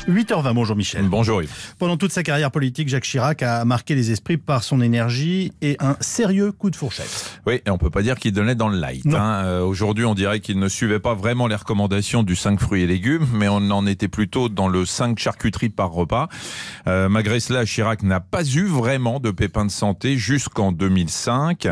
8h20, bonjour Michel. Bonjour Yves. Pendant toute sa carrière politique, Jacques Chirac a marqué les esprits par son énergie et un sérieux coup de fourchette. Oui, et on peut pas dire qu'il donnait dans le light. Aujourd'hui, on dirait qu'il ne suivait pas vraiment les recommandations du 5 fruits et légumes, mais on en était plutôt dans le 5 charcuteries par repas. Malgré cela, Chirac n'a pas eu vraiment de pépins de santé jusqu'en 2005.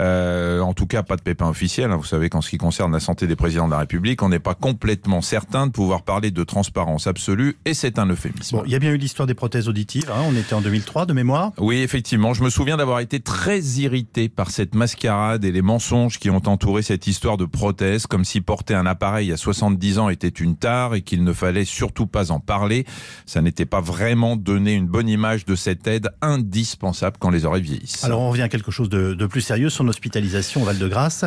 En tout cas, pas de pépins officiels. Vous savez qu'en ce qui concerne la santé des présidents de la République, on n'est pas complètement certain de pouvoir parler de transparence absolue, et c'est un euphémisme. Bon, il y a bien eu l'histoire des prothèses auditives, on était en 2003 de mémoire. Oui, effectivement, je me souviens d'avoir été très irrité par cette mascarade et les mensonges qui ont entouré cette histoire de prothèses, comme si porter un appareil à 70 ans était une tare et qu'il ne fallait surtout pas en parler. Ça n'était pas vraiment donner une bonne image de cette aide indispensable quand les oreilles vieillissent. Alors on revient à quelque chose de plus sérieux, son hospitalisation au Val-de-Grâce.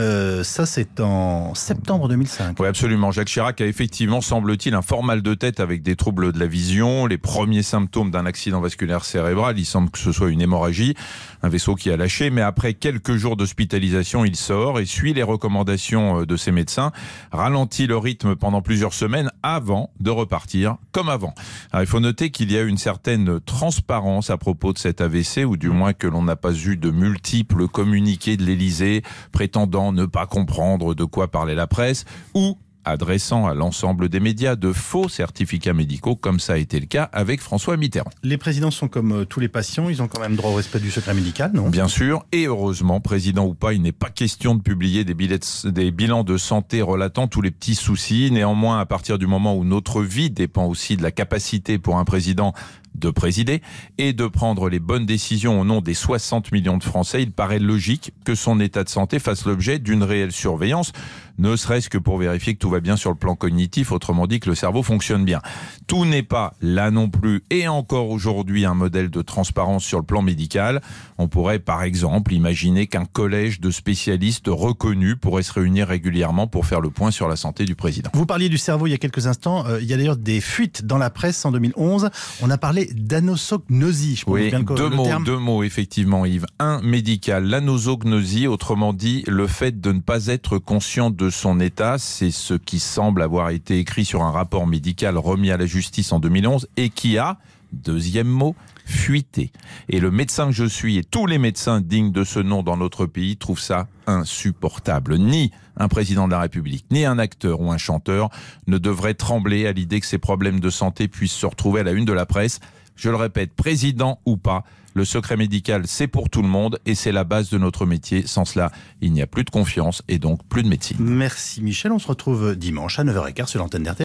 Ça c'est en septembre 2005. Oui, absolument. Jacques Chirac a effectivement, semble-t-il, un fort mal de tête avec des troubles de la vision, les premiers symptômes d'un accident vasculaire cérébral. Il semble que ce soit une hémorragie, un vaisseau qui a lâché, mais après quelques jours d'hospitalisation, il sort et suit les recommandations de ses médecins, ralentit le rythme pendant plusieurs semaines avant de repartir comme avant. Alors, il faut noter qu'il y a une certaine transparence à propos de cet AVC, ou du moins que l'on n'a pas eu de multiples communiqués de l'Élysée prétendant ne pas comprendre de quoi parlait la presse, ou adressant à l'ensemble des médias de faux certificats médicaux, comme ça a été le cas avec François Mitterrand. Les présidents sont comme tous les patients, ils ont quand même droit au respect du secret médical, non ? Bien sûr, et heureusement, président ou pas, il n'est pas question de publier des bilans de santé relatant tous les petits soucis. Néanmoins, à partir du moment où notre vie dépend aussi de la capacité pour un président de présider et de prendre les bonnes décisions au nom des 60 millions de Français, il paraît logique que son état de santé fasse l'objet d'une réelle surveillance, ne serait-ce que pour vérifier que tout va bien sur le plan cognitif, autrement dit que le cerveau fonctionne bien. Tout n'est pas là non plus, et encore aujourd'hui, un modèle de transparence sur le plan médical. On pourrait par exemple imaginer qu'un collège de spécialistes reconnus pourrait se réunir régulièrement pour faire le point sur la santé du président. Vous parliez du cerveau il y a quelques instants, il y a d'ailleurs des fuites dans la presse en 2011, on a parlé d'anosognosie, je pense bien le terme. Deux mots effectivement Yves. Un, médical, l'anosognosie, autrement dit le fait de ne pas être conscient de son état, c'est ce qui semble avoir été écrit sur un rapport médical remis à la justice en 2011 et qui a, deuxième mot, fuité. Et le médecin que je suis et tous les médecins dignes de ce nom dans notre pays trouvent ça insupportable. Ni un président de la République, ni un acteur ou un chanteur ne devrait trembler à l'idée que ses problèmes de santé puissent se retrouver à la une de la presse. Je le répète, président ou pas, le secret médical, c'est pour tout le monde et c'est la base de notre métier. Sans cela, il n'y a plus de confiance et donc plus de médecine. Merci Michel, on se retrouve dimanche à 9h15 sur l'antenne d'RTL.